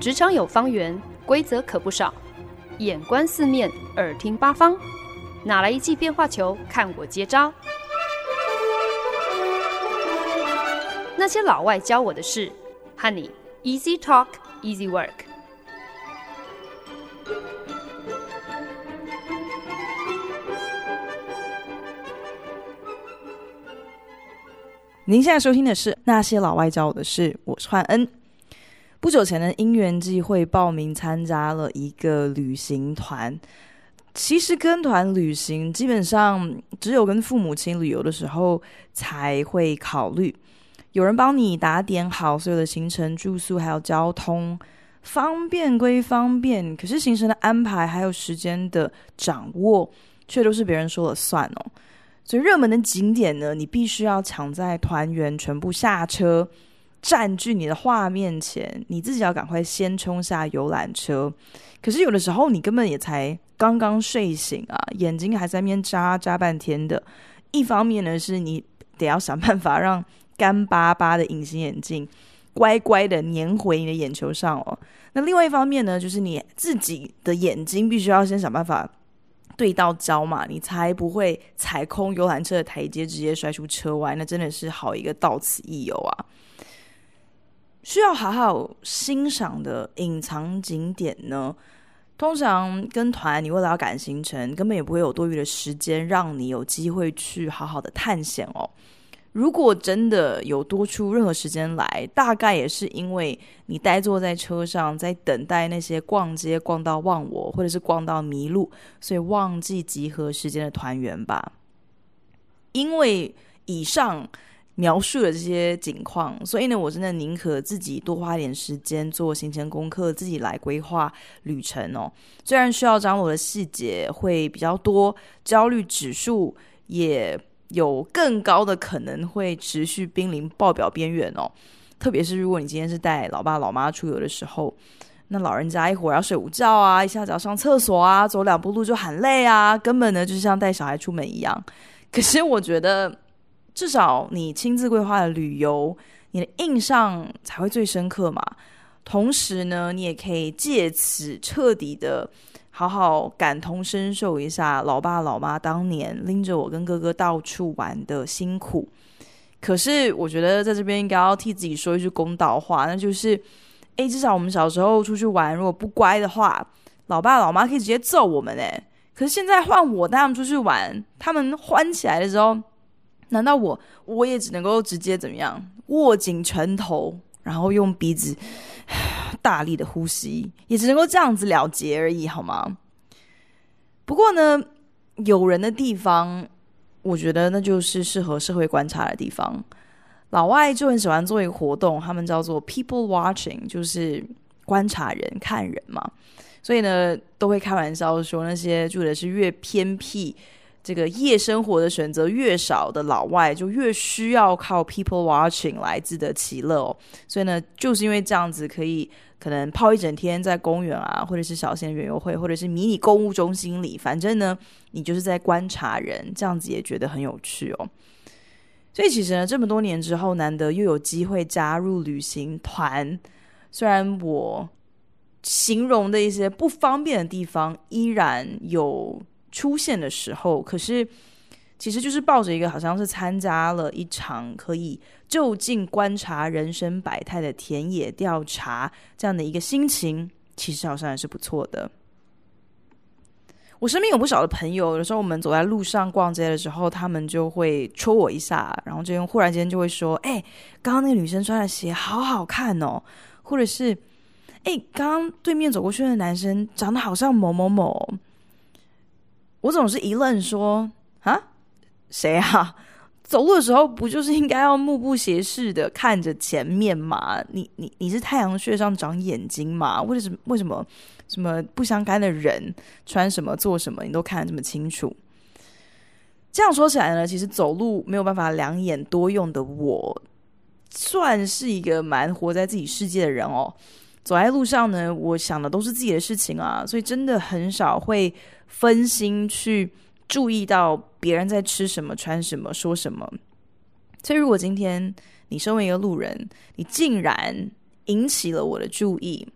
职场有方圆，规则可不少。眼观四面，耳听八方，哪来一记变化球？看我接招！那些老外教我的事，和你 Easy Talk Easy Work。 您现在收听的是《那些老外教我的事》，我是焕恩。不久前呢，因缘际会报名参加了一个旅行团。其实跟团旅行基本上只有跟父母亲旅游的时候才会考虑，有人帮你打点好所有的行程、住宿还有交通，方便归方便，可是行程的安排还有时间的掌握却都是别人说了算哦。所以热门的景点呢，你必须要抢在团员全部下车占据你的画面前，你自己要赶快先冲下游览车。可是有的时候你根本也才刚刚睡醒啊，眼睛还在那边眨半天的。一方面呢，是你得要想办法让干巴巴的隐形眼镜乖乖的粘回你的眼球上哦。那另外一方面呢，就是你自己的眼睛必须要先想办法对到焦嘛，你才不会踩空游览车的台阶直接摔出车外，那真的是好一个到此一游啊。需要好好欣赏的隐藏景点呢，通常跟团你为了要赶行程，根本也不会有多余的时间让你有机会去好好的探险哦。如果真的有多出任何时间来，大概也是因为你呆坐在车上，在等待那些逛街逛到忘我，或者是逛到迷路，所以忘记集合时间的团员吧。因为以上描述的这些景况，所以呢，我真的宁可自己多花一点时间做行前功课，自己来规划旅程哦。虽然需要掌握的细节会比较多，焦虑指数也有更高的可能会持续濒临爆表边缘哦。特别是如果你今天是带老爸老妈出游的时候，那老人家一会儿要睡午觉啊，一下子要上厕所啊，走两步路就喊累啊，根本呢就像带小孩出门一样。可是我觉得至少你亲自规划的旅游，你的印象才会最深刻嘛。同时呢，你也可以借此彻底的好好感同身受一下老爸老妈当年拎着我跟哥哥到处玩的辛苦。可是我觉得在这边应该要替自己说一句公道话，那就是至少我们小时候出去玩，如果不乖的话，老爸老妈可以直接揍我们耶。可是现在换我带他们出去玩，他们欢起来的时候，难道我也只能够直接怎么样，握紧拳头，然后用鼻子大力的呼吸，也只能够这样子了结而已，好吗？不过呢，有人的地方，我觉得那就是适合社会观察的地方。老外就很喜欢做一个活动，他们叫做 people watching， 就是观察人、看人嘛。所以呢，都会开玩笑说，那些住的是越偏僻，这个夜生活的选择越少的老外，就越需要靠 people watching 来自得其乐哦。所以呢，就是因为这样子，可能泡一整天在公园啊，或者是小型园游会，或者是迷你购物中心里，反正呢，你就是在观察人，这样子也觉得很有趣哦。所以其实呢，这么多年之后，难得又有机会加入旅行团，虽然我形容的一些不方便的地方依然有出现的时候，可是其实就是抱着一个好像是参加了一场可以就近观察人生百态的田野调查这样的一个心情，其实好像也是不错的。我身边有不少的朋友，有时候我们走在路上逛街的时候，他们就会戳我一下，然后就忽然间就会说刚刚那个女生穿的鞋好好看哦，或者是刚刚对面走过去的男生长得好像某某某。我总是一愣说谁啊？走路的时候不就是应该要目不斜视的看着前面吗？你是太阳穴上长眼睛吗？为什么什么不相干的人穿什么做什么你都看得这么清楚？这样说起来呢，其实走路没有办法两眼多用的我，算是一个蛮活在自己世界的人哦。走在路上呢，我想的都是自己的事情啊，所以真的很少会分心去注意到别人在吃什么、穿什么、说什么。所以如果今天你身为一个路人，你竟然引起了我的注意，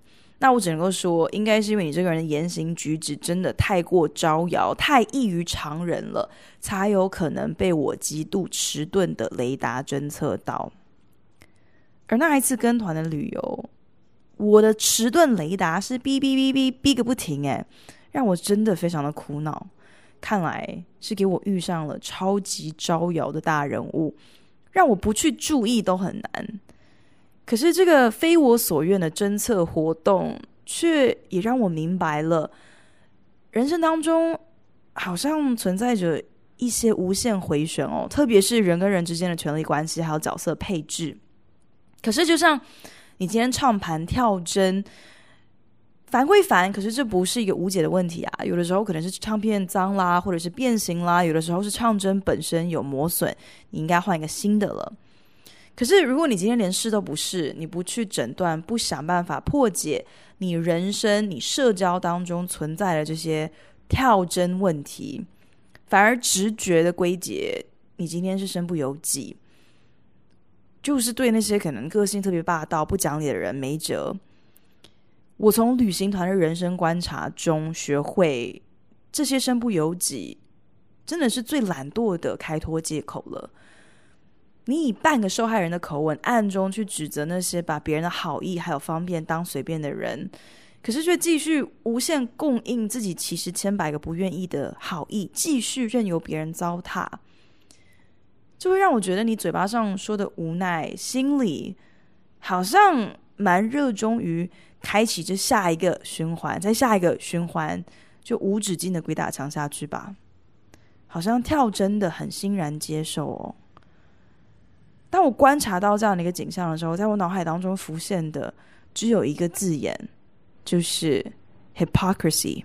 那我只能够说，应该是因为你这个人的言行举止真的太过招摇，太异于常人了，才有可能被我极度迟钝的雷达侦测到。而那一次跟团的旅游，我的迟钝雷达是哔哔哔哔哔个不停，让我真的非常的苦恼。看来是给我遇上了超级招摇的大人物，让我不去注意都很难。可是这个非我所愿的侦测活动，却也让我明白了，人生当中好像存在着一些无限回旋哦，特别是人跟人之间的权力关系，还有角色配置。可是就像你今天唱盘跳针，烦归烦，可是这不是一个无解的问题啊。有的时候可能是唱片脏啦，或者是变形啦，有的时候是唱针本身有磨损，你应该换一个新的了。可是如果你今天连试都不试，你不去诊断，不想办法破解你人生你社交当中存在的这些跳针问题，反而直觉的归结你今天是身不由己，就是对那些可能个性特别霸道不讲理的人没辙。我从旅行团的人生观察中学会，这些身不由己真的是最懒惰的开脱借口了。你以半个受害人的口吻暗中去指责那些把别人的好意还有方便当随便的人，可是却继续无限供应自己其实千百个不愿意的好意，继续任由别人糟蹋，就会让我觉得你嘴巴上说的无奈，心里好像蛮热衷于开启这下一个循环，在下一个循环就无止境的鬼打墙下去吧，好像跳针的很欣然接受哦。当我观察到这样的一个景象的时候，在我脑海当中浮现的只有一个字眼，就是 hypocrisy。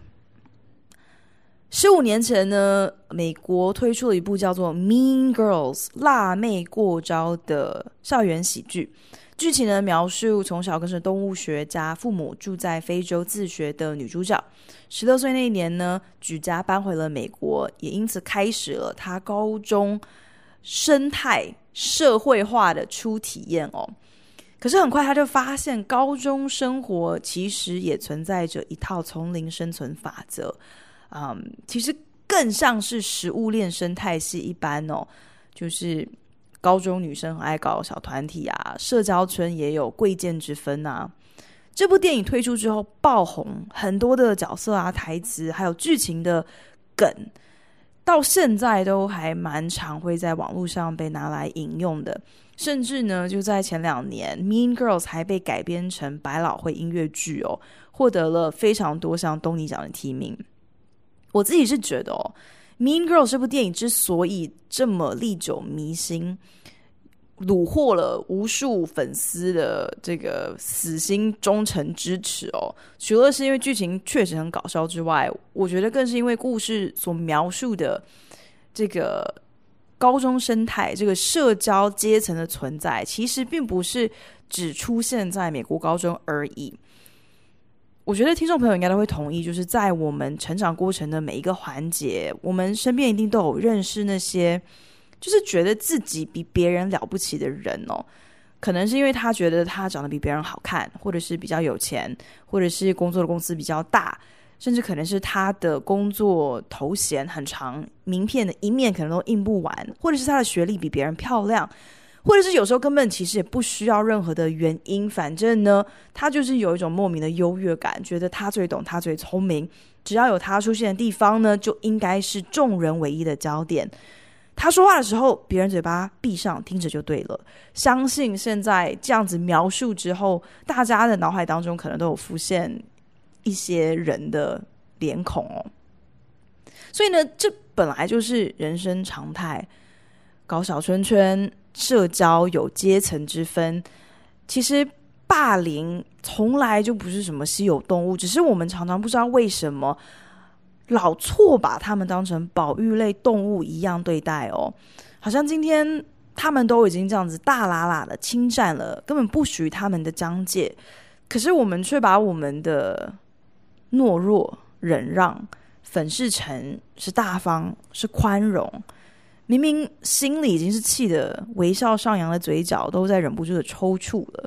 15年前呢，美国推出了一部叫做 Mean Girls 辣妹过招的校园喜剧。剧情呢，描述从小跟着动物学家，父母住在非洲自学的女主角，16岁那一年呢，举家搬回了美国，也因此开始了她高中生态社会化的初体验哦。可是很快他就发现，高中生活其实也存在着一套丛林生存法则，其实更像是食物链生态系一般哦。就是高中女生很爱搞小团体啊，社交圈也有贵贱之分啊。这部电影推出之后爆红，很多的角色啊、台词还有剧情的梗，到现在都还蛮常会在网络上被拿来引用的。甚至呢，就在前2年 Mean Girls 还被改编成百老汇音乐剧哦，获得了非常多项东尼奖的提名。我自己是觉得Mean Girls 这部电影之所以这么历久弥新，虏获了无数粉丝的这个死心忠诚支持哦，除了是因为剧情确实很搞笑之外，我觉得更是因为故事所描述的这个高中生态，这个社交阶层的存在，其实并不是只出现在美国高中而已。我觉得听众朋友应该都会同意，就是在我们成长过程的每一个环节，我们身边一定都有认识那些就是觉得自己比别人了不起的人哦。可能是因为他觉得他长得比别人好看，或者是比较有钱，或者是工作的公司比较大，甚至可能是他的工作头衔很长，名片的一面可能都印不完，或者是他的学历比别人漂亮，或者是有时候根本其实也不需要任何的原因，反正呢他就是有一种莫名的优越感，觉得他最懂，他最聪明，只要有他出现的地方呢，就应该是众人唯一的焦点。他说话的时候，别人嘴巴闭上，听着就对了。相信现在这样子描述之后，大家的脑海当中可能都有浮现一些人的脸孔哦。所以呢，这本来就是人生常态，搞小圈圈，社交有阶层之分。其实霸凌从来就不是什么稀有动物，只是我们常常不知道为什么老错把他们当成保育类动物一样对待哦，好像今天他们都已经这样子大喇喇的侵占了根本不属于他们的疆界，可是我们却把我们的懦弱忍让粉饰成是大方是宽容，明明心里已经是气得微笑上扬的嘴角都在忍不住的抽搐了，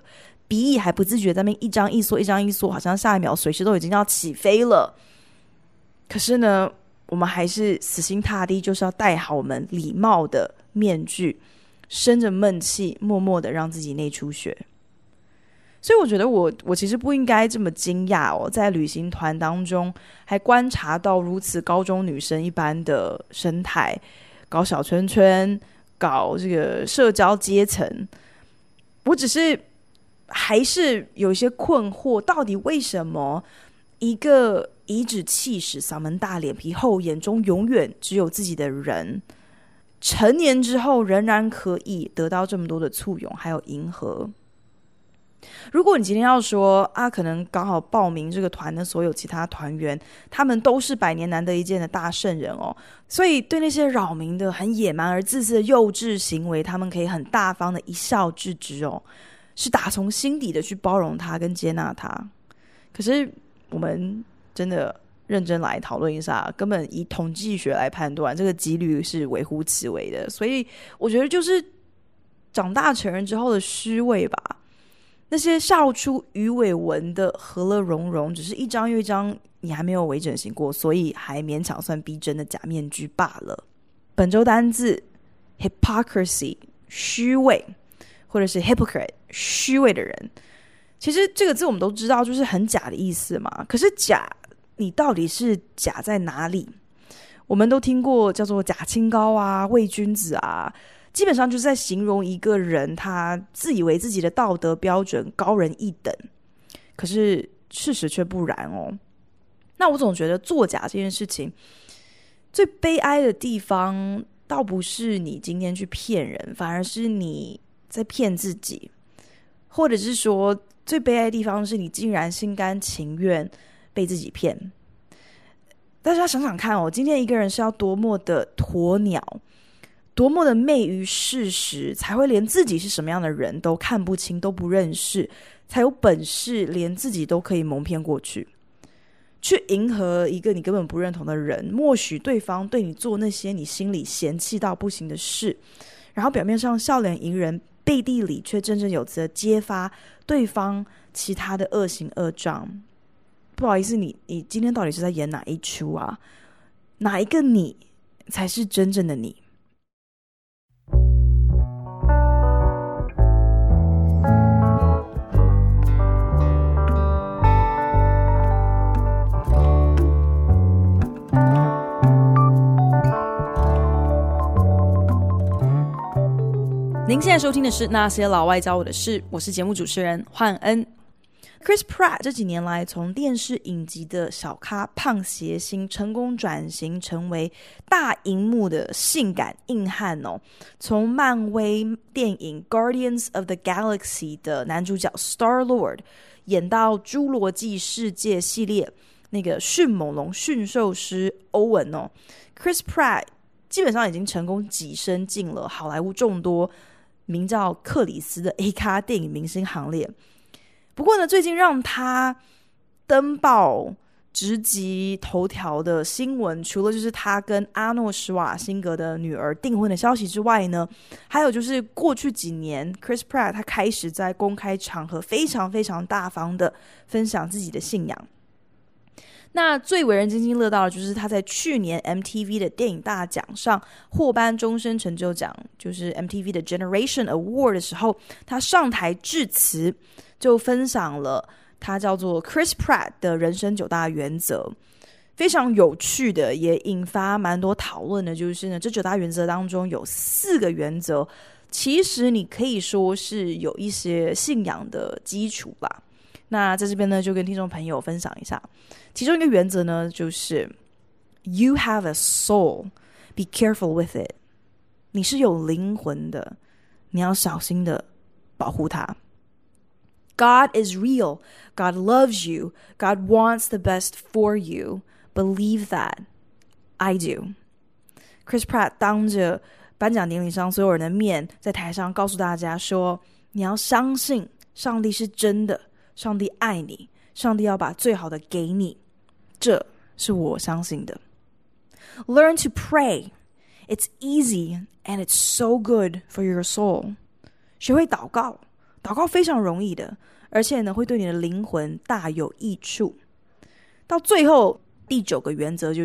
鼻翼还不自觉在那边一张一缩一张一缩，好像下一秒随时都已经要起飞了。可是呢，我们还是死心塌地，就是要戴好我们礼貌的面具，生着闷气，默默的让自己内出血。所以我觉得我其实不应该这么惊讶哦，在旅行团当中还观察到如此高中女生一般的生态，搞小圈圈，搞这个社交阶层。我只是还是有一些困惑，到底为什么一个颐指气使、嗓门大、脸皮厚、眼中永远只有自己的人，成年之后仍然可以得到这么多的簇拥还有迎合？如果你今天要说啊，可能刚好报名这个团的所有其他团员，他们都是百年难得一见的大圣人哦，所以对那些扰民的很野蛮而自私的幼稚行为，他们可以很大方的一笑置之哦，是打从心底的去包容他跟接纳他。可是我们真的认真来讨论一下，根本以统计学来判断，这个几率是微乎其微的。所以我觉得就是长大成人之后的虚伪吧。那些笑出鱼尾纹的和乐融融，只是一张又一张你还没有微整形过，所以还勉强算逼真的假面具罢了。本周单字 hypocrisy 虚伪，或者是 hypocrite 虚伪的人。其实这个字我们都知道就是很假的意思嘛，可是假你到底是假在哪里？我们都听过叫做假清高啊、伪君子啊，基本上就是在形容一个人他自以为自己的道德标准高人一等，可是事实却不然哦。那我总觉得作假这件事情最悲哀的地方，倒不是你今天去骗人，反而是你在骗自己，或者是说最悲哀的地方是你竟然心甘情愿被自己骗。大家想想看哦，今天一个人是要多么的鸵鸟，多么的昧于事实，才会连自己是什么样的人都看不清都不认识，才有本事连自己都可以蒙骗过去，去迎合一个你根本不认同的人，默许对方对你做那些你心里嫌弃到不行的事，然后表面上笑脸迎人，背地里却振振有词的揭发对方其他的恶行恶状。不好意思，你今天到底是在演哪一出啊？哪一个你才是真正的你？您现在收听的是那些老外教我的事，我是节目主持人焕恩。Chris Pratt 这几年来从电视影集的小咖胖谐星成功转型成为大荧幕的性感硬汉哦。从漫威电影 Guardians of the Galaxy 的男主角 Star-Lord 演到侏罗纪世界系列那个迅猛龙驯兽师欧文哦， Chris Pratt 基本上已经成功跻身进了好莱坞众多名叫克里斯的 A 咖电影明星行列。不过呢，最近让他登报直击头条的新闻，除了就是他跟阿诺·施瓦辛格的女儿订婚的消息之外呢，还有就是过去几年 Chris Pratt 他开始在公开场合非常非常大方的分享自己的信仰。那最为人津津乐道的就是他在去年 MTV 的电影大奖上获颁终身成就奖，就是 MTV 的 Generation Award 的时候，他上台致辞就分享了他叫做 Chris Pratt 的人生9大原则。非常有趣的，也引发蛮多讨论的，就是呢，这9大原则当中有4个原则其实你可以说是有一些信仰的基础吧。那在这边呢，就跟听众朋友分享一下，其中一个原则呢，就是 You have a soul, be careful with it。 你是有灵魂的，你要小心的保护它。 God is real, God loves you, God wants the best for you, believe that, I do。 Chris Pratt 当着颁奖典礼上所有人的面，在台上告诉大家说，你要相信上帝是真的，上帝爱你，上帝要把最好的给你，这是我相信的。 Learn to pray, it's easy and it's so good for your soul。 学会祷告， 祷告非常容易的，而且呢会对你的灵魂大有益处。到最后第9个原则就是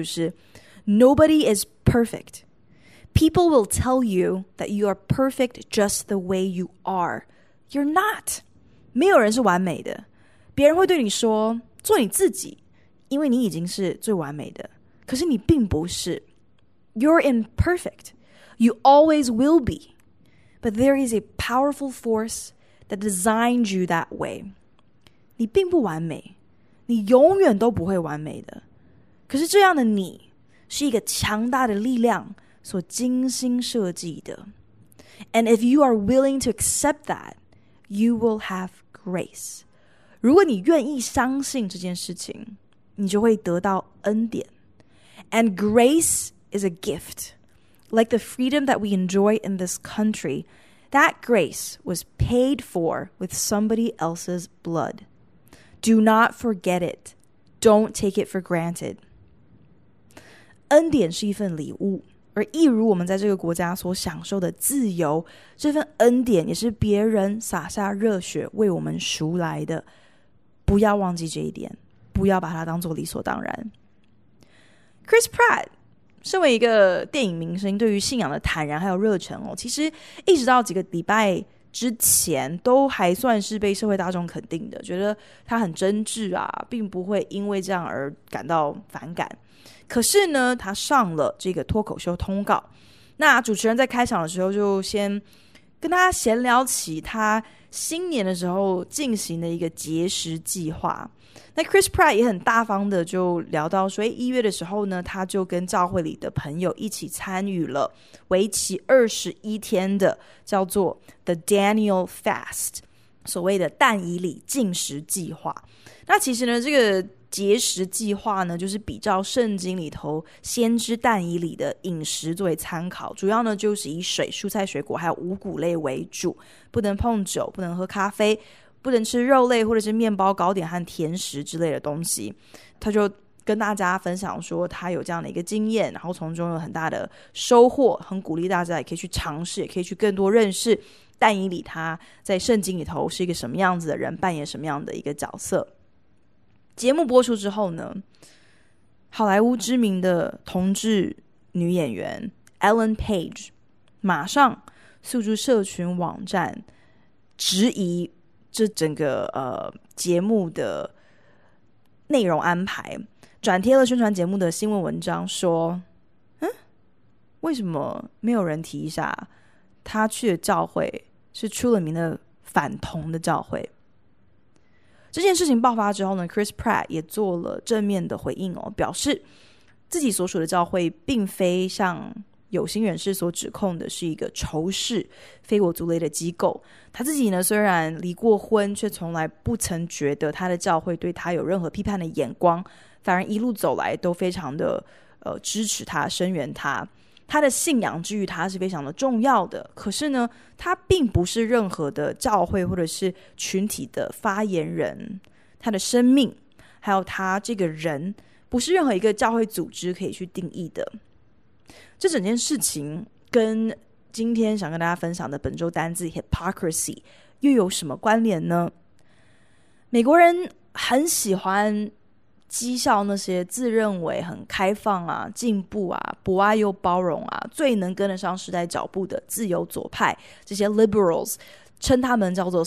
Nobody is perfect. People will tell you that you are perfect just the way you are. You're not. 没有人是完美的，别人会对你说做你自己，因为你已经是最完美的，可是你并不是。You're imperfect. You always will be. But there is a powerful force that designed you that way. 你并不完美，你永远都不会完美的，可是这样的你是一个强大的力量所精心设计的。 And if you are willing to accept that, you will have grace. 如果你愿意相信这件事情，你就会得到恩典。 And grace is a gift. Like the freedom that we enjoy in this country, that grace was paid for with somebody else's blood. Do not forget it. Don't take it for granted. 恩典是一份礼物，而一如我们在这个国家所享受的自由，这份恩典也是别人洒下热血为我们赎来的。不要忘记这一点，不要把它当作理所当然。 Chris Pratt 身为一个电影明星，对于信仰的坦然还有热忱其实一直到几个礼拜之前都还算是被社会大众肯定的，觉得他很真挚啊，并不会因为这样而感到反感。可是呢，他上了这个脱口秀通告，那主持人在开场的时候就先跟他闲聊起他新年的时候进行的一个节食计划。那 Chris Pratt 也很大方的就聊到说，1月的时候呢，他就跟教会里的朋友一起参与了为期21天的叫做 The Daniel Fast， 所谓的但以理禁食计划。那其实呢，这个节食计划呢，就是比照圣经里头先知但以理的饮食作为参考，主要呢就是以水、蔬菜、水果还有五谷类为主，不能碰酒，不能喝咖啡，不能吃肉类或者是面包、糕点和甜食之类的东西。他就跟大家分享说他有这样的一个经验，然后从中有很大的收获，很鼓励大家也可以去尝试，也可以去更多认识但以理他在圣经里头是一个什么样子的人，扮演什么样的一个角色。节目播出之后呢，好莱坞知名的同志女演员 Ellen Page 马上诉诸社群网站，质疑这整个节目的内容安排，转贴了宣传节目的新闻文章，说为什么没有人提一下他去的教会是出了名的反同的教会。这件事情爆发之后呢， Chris Pratt 也做了正面的回应表示自己所属的教会并非像有心人士所指控的是一个仇视非我族类的机构。他自己呢，虽然离过婚，却从来不曾觉得他的教会对他有任何批判的眼光，反而一路走来都非常的支持他，声援他。他的信仰之于他是非常的重要的，可是呢，他并不是任何的教会或者是群体的发言人。他的生命还有他这个人不是任何一个教会组织可以去定义的。这整件事情跟今天想跟大家分享的本周单字 hypocrisy 又有什么关联呢？美国人很喜欢讥笑那些自认为很开放啊、进步啊、博爱又包容啊、最能跟得上时代脚步的自由左派，这些 liberals 称他们叫做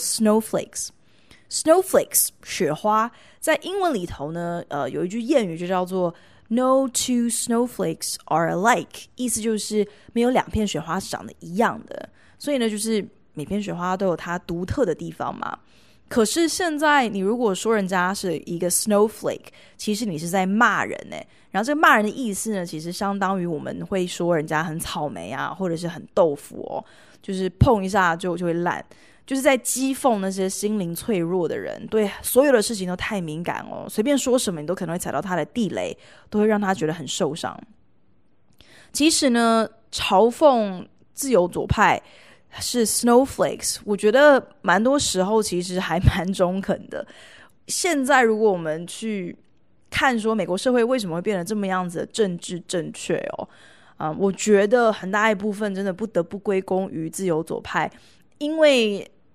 snowflakes。snowflakes 雪花，在英文里头呢，有一句谚语就叫做 No two snowflakes are alike， 意思就是没有两片雪花是长得一样的，所以呢，就是每片雪花都有它独特的地方嘛。可是现在你如果说人家是一个 snowflake， 其实你是在骂人耶。然后这个骂人的意思呢，其实相当于我们会说人家很草莓啊，或者是很豆腐就是碰一下就会烂，就是在讥讽那些心灵脆弱的人，对所有的事情都太敏感随便说什么你都可能会踩到他的地雷，都会让他觉得很受伤。其实呢，嘲讽自由左派是 snowflakes， 我觉得蛮多时候其实还蛮中肯的。现在如果我们去看说美国社会为什么会变得这么样子的政治正确我觉得很大一部分真的不得不归功于自由左派。因为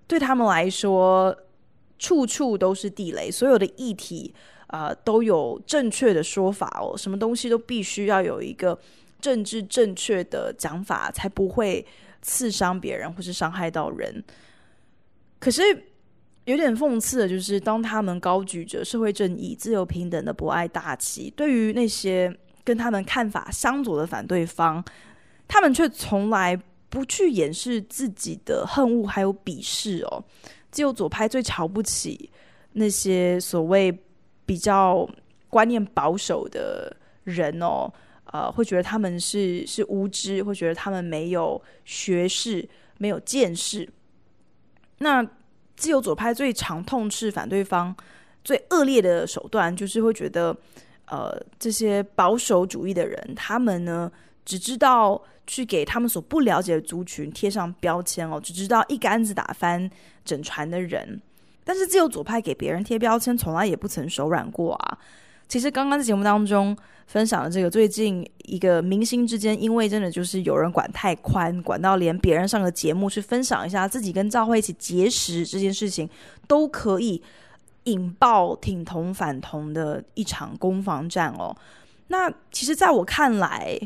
对他们来说处处都是地雷，所有的议题都有正确的说法哦，什么东西都必须要有一个政治正确的讲法，才不会刺伤别人或是伤害到人。可是有点讽刺的就是，当他们高举着社会正义、自由平等的博爱大旗，对于那些跟他们看法相左的反对方，他们却从来不去掩饰自己的恨恶还有鄙视哦。自由左派最瞧不起那些所谓比较观念保守的人哦，会觉得他们是无知，会觉得他们没有学识、没有见识。那自由左派最常痛斥反对方最恶劣的手段，就是会觉得这些保守主义的人，他们呢只知道去给他们所不了解的族群贴上标签哦，只知道一竿子打翻整船的人。但是自由左派给别人贴标签从来也不曾手软过啊。其实刚刚在节目当中分享的这个，最近一个明星之间因为真的就是有人管太宽，管到连别人上个节目去分享一下自己跟教会一起节食这件事情都可以引爆挺同反同的一场攻防战哦。那其实在我看来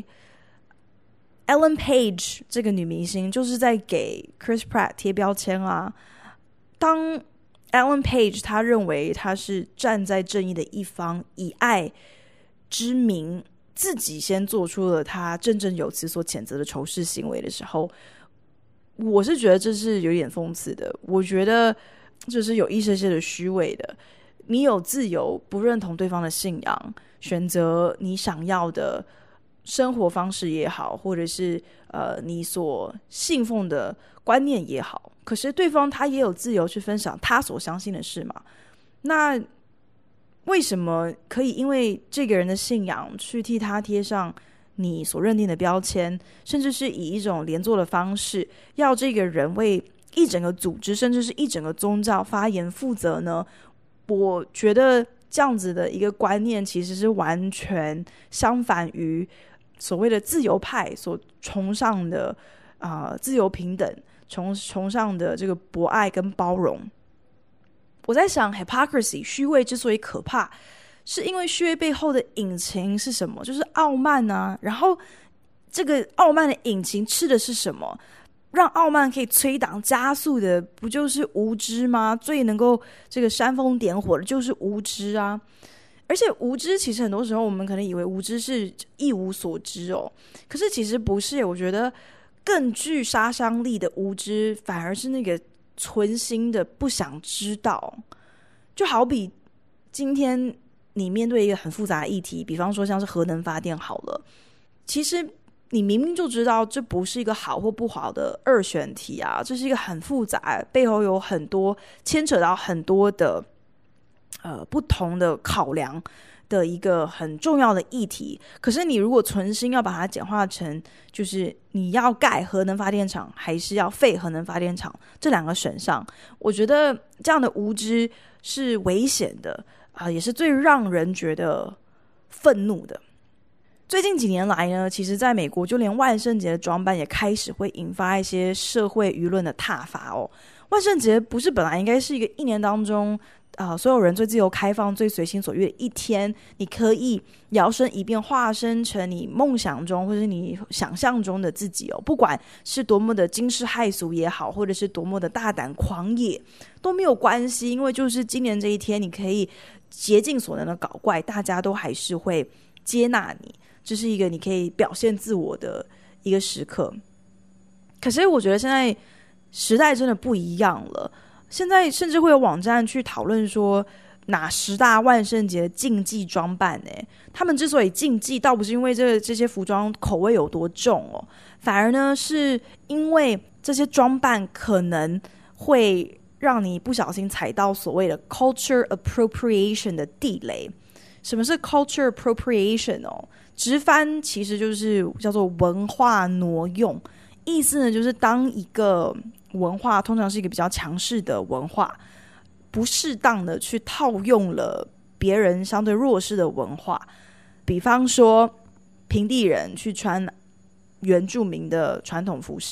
，Ellen Page 这个女明星就是在给 Chris Pratt 贴标签啊。当 Ellen Page 她认为她是站在正义的一方，以爱之名自己先做出了她振振有词所谴责的仇视行为的时候，我是觉得这是有点讽刺的。我觉得这是有一些些的虚伪的。你有自由不认同对方的信仰，选择你想要的生活方式也好，或者是你所信奉的观念也好，可是对方他也有自由去分享他所相信的事嘛。那为什么可以因为这个人的信仰去替他贴上你所认定的标签，甚至是以一种连坐的方式要这个人为一整个组织甚至是一整个宗教发言负责呢？我觉得这样子的一个观念其实是完全相反于所谓的自由派所崇尚的自由平等，崇尚的这个博爱跟包容。我在想 hypocrisy 虚伪之所以可怕，是因为虚伪背后的引擎是什么？就是傲慢啊。然后这个傲慢的引擎吃的是什么？让傲慢可以催挡加速的不就是无知吗？最能够这个煽风点火的就是无知啊。而且无知其实很多时候我们可能以为无知是一无所知哦，可是其实不是。我觉得更具杀伤力的无知反而是那个存心的不想知道。就好比今天你面对一个很复杂的议题，比方说像是核能发电好了，其实你明明就知道这不是一个好或不好的二选题啊，这是一个很复杂，背后有很多牵扯到很多的不同的考量的一个很重要的议题。可是你如果存心要把它简化成就是你要盖核能发电厂还是要废核能发电厂这两个选项，我觉得这样的无知是危险的也是最让人觉得愤怒的。最近几年来呢，其实在美国就连万圣节的装扮也开始会引发一些社会舆论的挞伐哦。万圣节不是本来应该是一年当中所有人最自由开放最随心所欲的一天，你可以摇身一变化身成你梦想中或者你想象中的自己哦，不管是多么的惊世骇俗也好，或者是多么的大胆狂野都没有关系，因为就是今年这一天你可以竭尽所能的搞怪，大家都还是会接纳你，这是一个你可以表现自我的一个时刻。可是我觉得现在时代真的不一样了，现在甚至会有网站去讨论说哪10大万圣节禁忌装扮他们之所以禁忌倒不是因为这些服装口味有多重反而呢是因为这些装扮可能会让你不小心踩到所谓的 culture appropriation 的地雷。什么是 culture appropriation 直翻其实就是叫做文化挪用，意思呢就是当一个文化通常是一个比较强势的文化，不适当的去套用了别人相对弱势的文化，比方说平地人去穿原住民的传统服饰，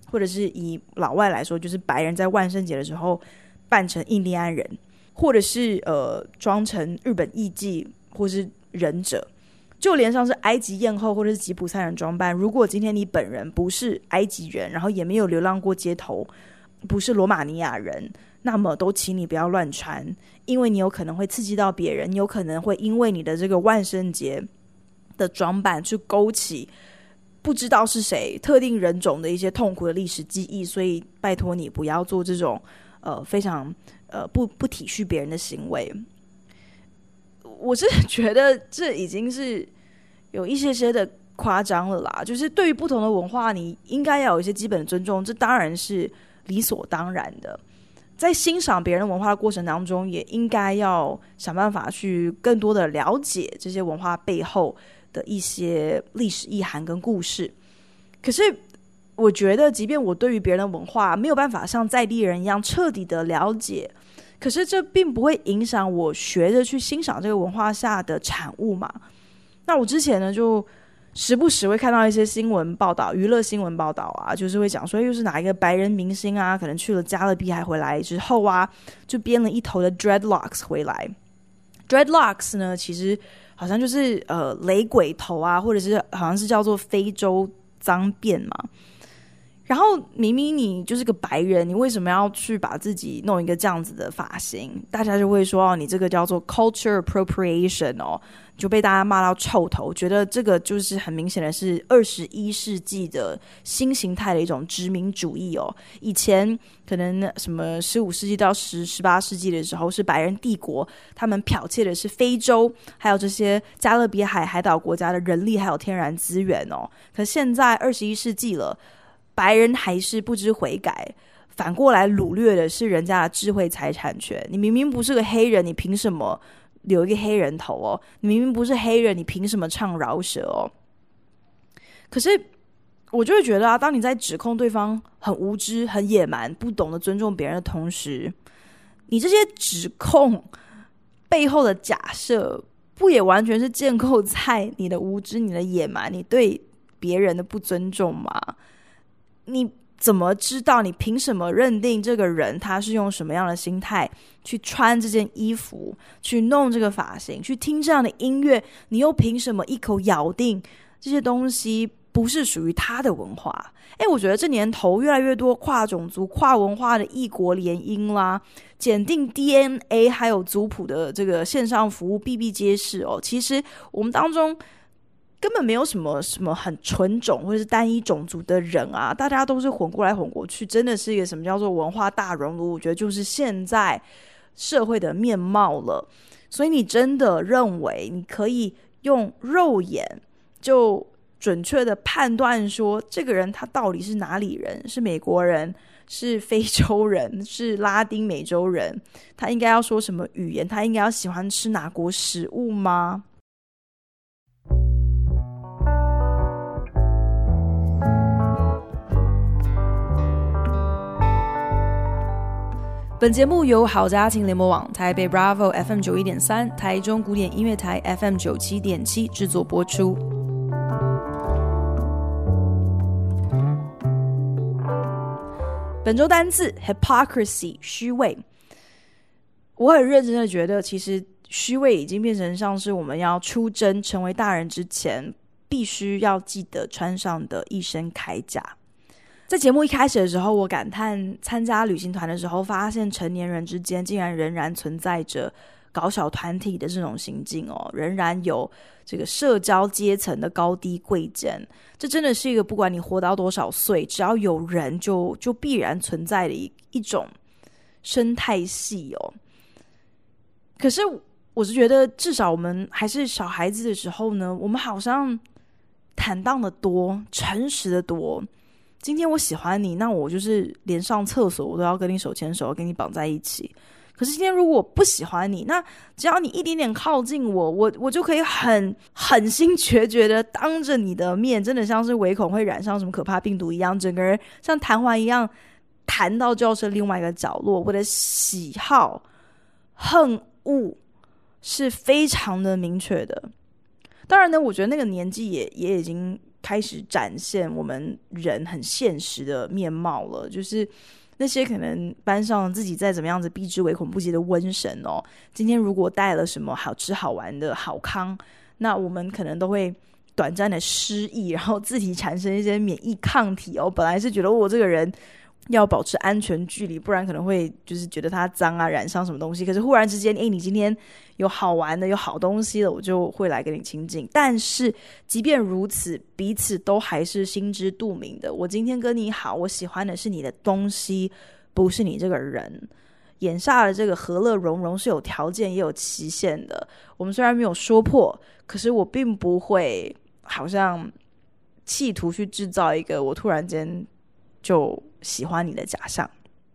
或者是以老外来说，就是白人在万圣节的时候扮成印第安人，或者是装成日本艺妓或是忍者，就连上是埃及艳后或者是吉普赛人装扮，如果今天你本人不是埃及人，然后也没有流浪过街头，不是罗马尼亚人，那么都请你不要乱穿，因为你有可能会刺激到别人，你有可能会因为你的这个万圣节的装扮去勾起不知道是谁特定人种的一些痛苦的历史记忆，所以拜托你不要做这种非常不体恤别人的行为。我是觉得这已经是有一些的夸张了啦，就是对于不同的文化你应该要有一些基本的尊重，这当然是理所当然的。在欣赏别人文化的过程当中，也应该要想办法去更多的了解这些文化背后的一些历史意涵跟故事。可是我觉得即便我对于别人的文化没有办法像在地人一样彻底的了解，可是这并不会影响我学着去欣赏这个文化下的产物嘛。那我之前呢就时不时会看到一些新闻报道，娱乐新闻报道啊，就是会讲说又是哪一个白人明星啊，可能去了加勒比海回来之后啊，就编了一头的 dreadlocks 回来。dreadlocks 呢其实好像就是雷鬼头啊，或者是好像是叫做非洲脏辫嘛。然后明明你就是个白人，你为什么要去把自己弄一个这样子的发型？大家就会说你这个叫做 culture appropriation 就被大家骂到臭头，觉得这个就是很明显的是21世纪的新形态的一种殖民主义以前可能什么15世纪到18世纪的时候是白人帝国，他们剽窃的是非洲还有这些加勒比海海岛国家的人力还有天然资源可现在21世纪了，白人还是不知悔改，反过来掳掠的是人家的智慧财产权。你明明不是个黑人，你凭什么留一个黑人头你明明不是黑人，你凭什么唱饶舌可是我就会觉得当你在指控对方很无知、很野蛮、不懂得尊重别人的同时，你这些指控背后的假设不也完全是建构在你的无知、你的野蛮、你对别人的不尊重吗？你怎么知道，你凭什么认定这个人他是用什么样的心态去穿这件衣服，去弄这个发型，去听这样的音乐，你又凭什么一口咬定这些东西不是属于他的文化？我觉得这年头越来越多跨种族跨文化的异国联姻啦，检定 DNA 还有族谱的这个线上服务比比皆是其实我们当中根本没有什么很纯种或者是单一种族的人啊，大家都是混过来混过去，真的是一个什么叫做文化大熔炉，我觉得就是现在社会的面貌了。所以你真的认为你可以用肉眼就准确的判断说这个人他到底是哪里人，是美国人，是非洲人，是拉丁美洲人，他应该要说什么语言，他应该要喜欢吃哪国食物吗？本节目由好家庭联播网、台北 Bravo FM 91.3、台中古典音乐台 FM 97.7制作播出。本周单字 hypocrisy 虚伪。我很认真的觉得，其实虚伪已经变成像是我们要出征成为大人之前必须要记得穿上的一身铠甲。在节目一开始的时候，我感叹参加旅行团的时候，发现成年人之间竟然仍然存在着搞小团体的这种行径仍然有这个社交阶层的高低贵贱，这真的是一个不管你活到多少岁，只要有人就必然存在的一种生态系可是我是觉得至少我们还是小孩子的时候呢，我们好像坦荡的多，诚实的多。今天我喜欢你，那我就是连上厕所我都要跟你手牵手，跟你绑在一起。可是今天如果我不喜欢你，那只要你一点点靠近我就可以狠心决绝的当着你的面，真的像是唯恐会染上什么可怕病毒一样，整个人像弹簧一样弹到教室另外一个角落。我的喜好恨恶是非常的明确的。当然呢，我觉得那个年纪也已经开始展现我们人很现实的面貌了，就是那些可能班上自己再怎么样子避之唯恐不及的瘟神哦，今天如果带了什么好吃好玩的好康，那我们可能都会短暂的失忆，然后自己产生一些免疫抗体哦。本来是觉得我这个人要保持安全距离，不然可能会就是觉得它脏啊、染上什么东西。可是忽然之间，你今天有好玩的、有好东西了，我就会来跟你亲近。但是即便如此，彼此都还是心知肚明的。我今天跟你好，我喜欢的是你的东西，不是你这个人。眼下的这个和乐融融是有条件也有期限的。我们虽然没有说破，可是我并不会好像企图去制造一个我突然间就喜欢你的假象。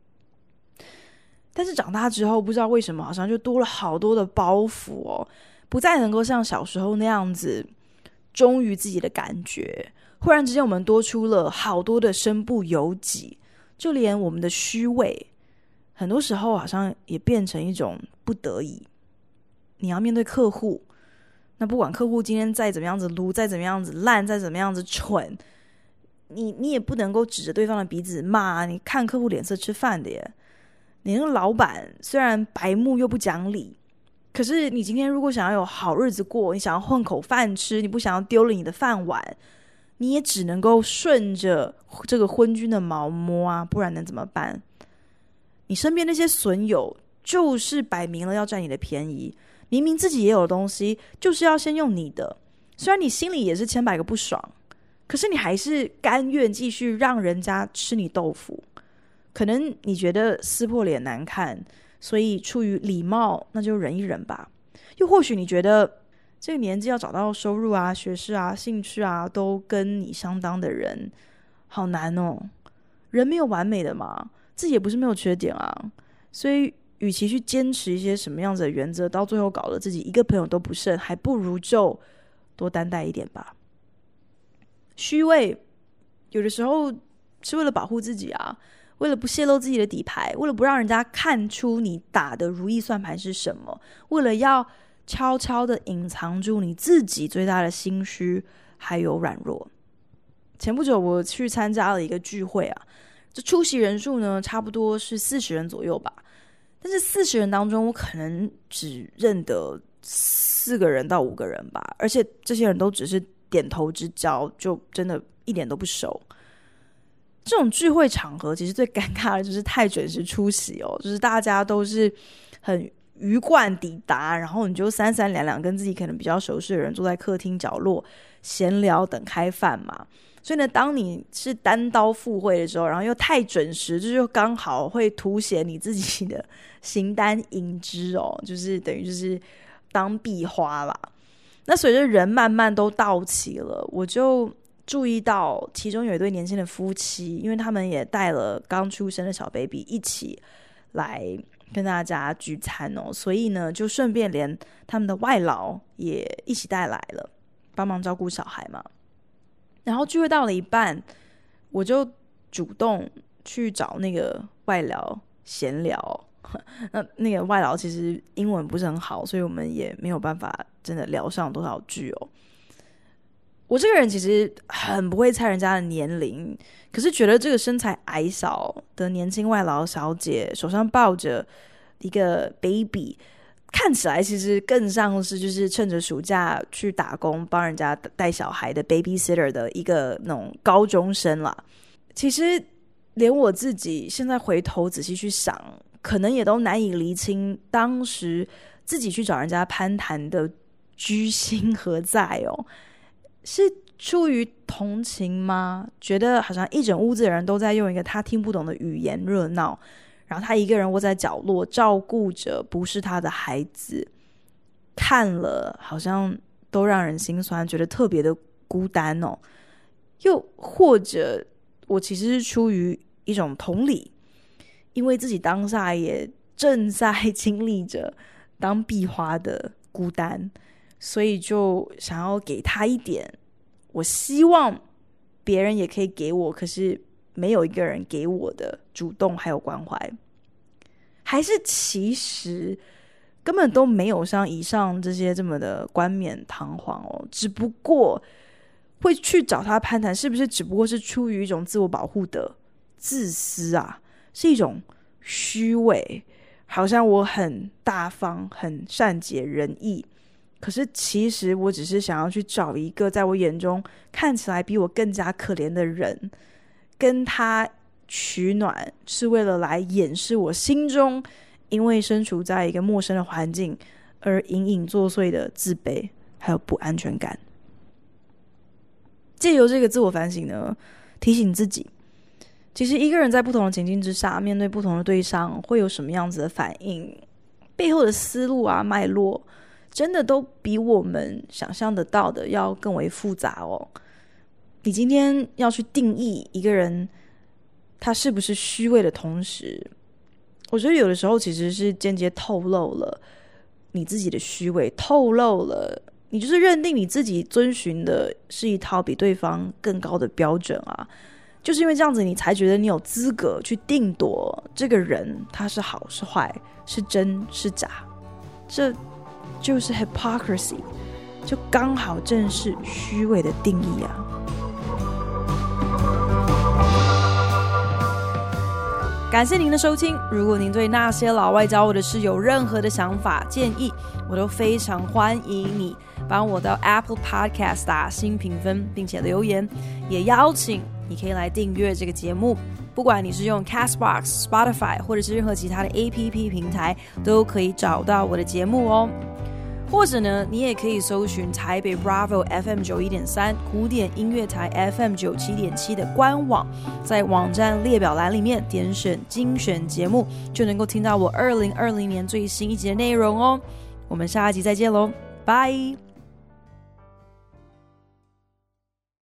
但是长大之后，不知道为什么好像就多了好多的包袱哦，不再能够像小时候那样子忠于自己的感觉。忽然之间我们多出了好多的身不由己，就连我们的虚伪很多时候好像也变成一种不得已。你要面对客户，那不管客户今天再怎么样子撸，再怎么样子烂，再怎么样子蠢，你也不能够指着对方的鼻子骂，你看客户脸色吃饭的耶。你那个老板虽然白目又不讲理，可是你今天如果想要有好日子过，你想要混口饭吃，你不想要丢了你的饭碗，你也只能够顺着这个昏君的毛摸啊，不然能怎么办？你身边那些损友就是摆明了要占你的便宜，明明自己也有的东西就是要先用你的，虽然你心里也是千百个不爽，可是你还是甘愿继续让人家吃你豆腐。可能你觉得撕破脸难看，所以出于礼貌那就忍一忍吧。又或许你觉得这个年纪要找到收入啊、学识啊、兴趣啊都跟你相当的人好难哦。人没有完美的嘛，自己也不是没有缺点啊，所以与其去坚持一些什么样子的原则，到最后搞得自己一个朋友都不剩，还不如就多担待一点吧。虚伪有的时候是为了保护自己啊，为了不泄露自己的底牌，为了不让人家看出你打的如意算盘是什么，为了要悄悄的隐藏住你自己最大的心虚还有软弱。前不久我去参加了一个聚会啊，这出席人数呢差不多是40人左右吧，但是40人当中我可能只认得4个人到5个人吧，而且这些人都只是点头之交，就真的一点都不熟。这种聚会场合其实最尴尬的就是太准时出席哦，就是大家都是很鱼贯抵达，然后你就三三两两跟自己可能比较熟识的人坐在客厅角落闲聊等开饭嘛。所以呢，当你是单刀赴会的时候，然后又太准时，这就刚好会凸显你自己的形单影只哦，就是等于就是当壁花啦。那随着人慢慢都到齐了，我就注意到其中有一对年轻的夫妻，因为他们也带了刚出生的小 baby 一起来跟大家聚餐哦，所以呢就顺便连他们的外劳也一起带来了，帮忙照顾小孩嘛。然后聚会到了一半，我就主动去找那个外劳闲聊。那个外劳其实英文不是很好，所以我们也没有办法真的聊上多少句哦。我这个人其实很不会猜人家的年龄，可是觉得这个身材矮小的年轻外劳小姐手上抱着一个 baby， 看起来其实更像是就是趁着暑假去打工帮人家带小孩的 babysitter 的一个那种高中生啦。其实连我自己现在回头仔细去想，可能也都难以厘清当时自己去找人家攀谈的居心何在哦。是出于同情吗？觉得好像一整屋子的人都在用一个他听不懂的语言热闹，然后他一个人窝在角落照顾着不是他的孩子，看了好像都让人心酸，觉得特别的孤单哦。又或者我其实是出于一种同理，因为自己当下也正在经历着当壁花的孤单，所以就想要给他一点我希望别人也可以给我，可是没有一个人给我的主动还有关怀。还是其实根本都没有像以上这些这么的冠冕堂皇哦，只不过会去找他攀谈，是不是只不过是出于一种自我保护的自私啊？是一种虚伪，好像我很大方，很善解人意，可是其实我只是想要去找一个在我眼中看起来比我更加可怜的人，跟他取暖，是为了来掩饰我心中因为身处在一个陌生的环境而隐隐作祟的自卑还有不安全感。借由这个自我反省呢，提醒自己，其实一个人在不同的情境之下，面对不同的对象会有什么样子的反应，背后的思路啊脉络真的都比我们想象得到的要更为复杂哦。你今天要去定义一个人他是不是虚伪的同时，我觉得有的时候其实是间接透露了你自己的虚伪，透露了你就是认定你自己遵循的是一套比对方更高的标准啊。就是因为这样子，你才觉得你有资格去定夺这个人他是好是坏，是真是假，这就是 hypocrisy， 就刚好正是虚伪的定义啊。感谢您的收听，如果您对那些老外教我的事有任何的想法建议，我都非常欢迎你帮我到 Apple Podcast 打新评分并且留言，也邀请你可以来订阅这个节目，不管你是用 Castbox、Spotify 或者是任何其他的 APP 平台，都可以找到我的节目哦。或者呢，你也可以搜寻台北 Bravo FM 91.3 古典音乐台 FM 97.7的官网，在网站列表栏里面点选精选节目，就能够听到我2020年最新一集的内容哦。我们下一集再见喽，拜。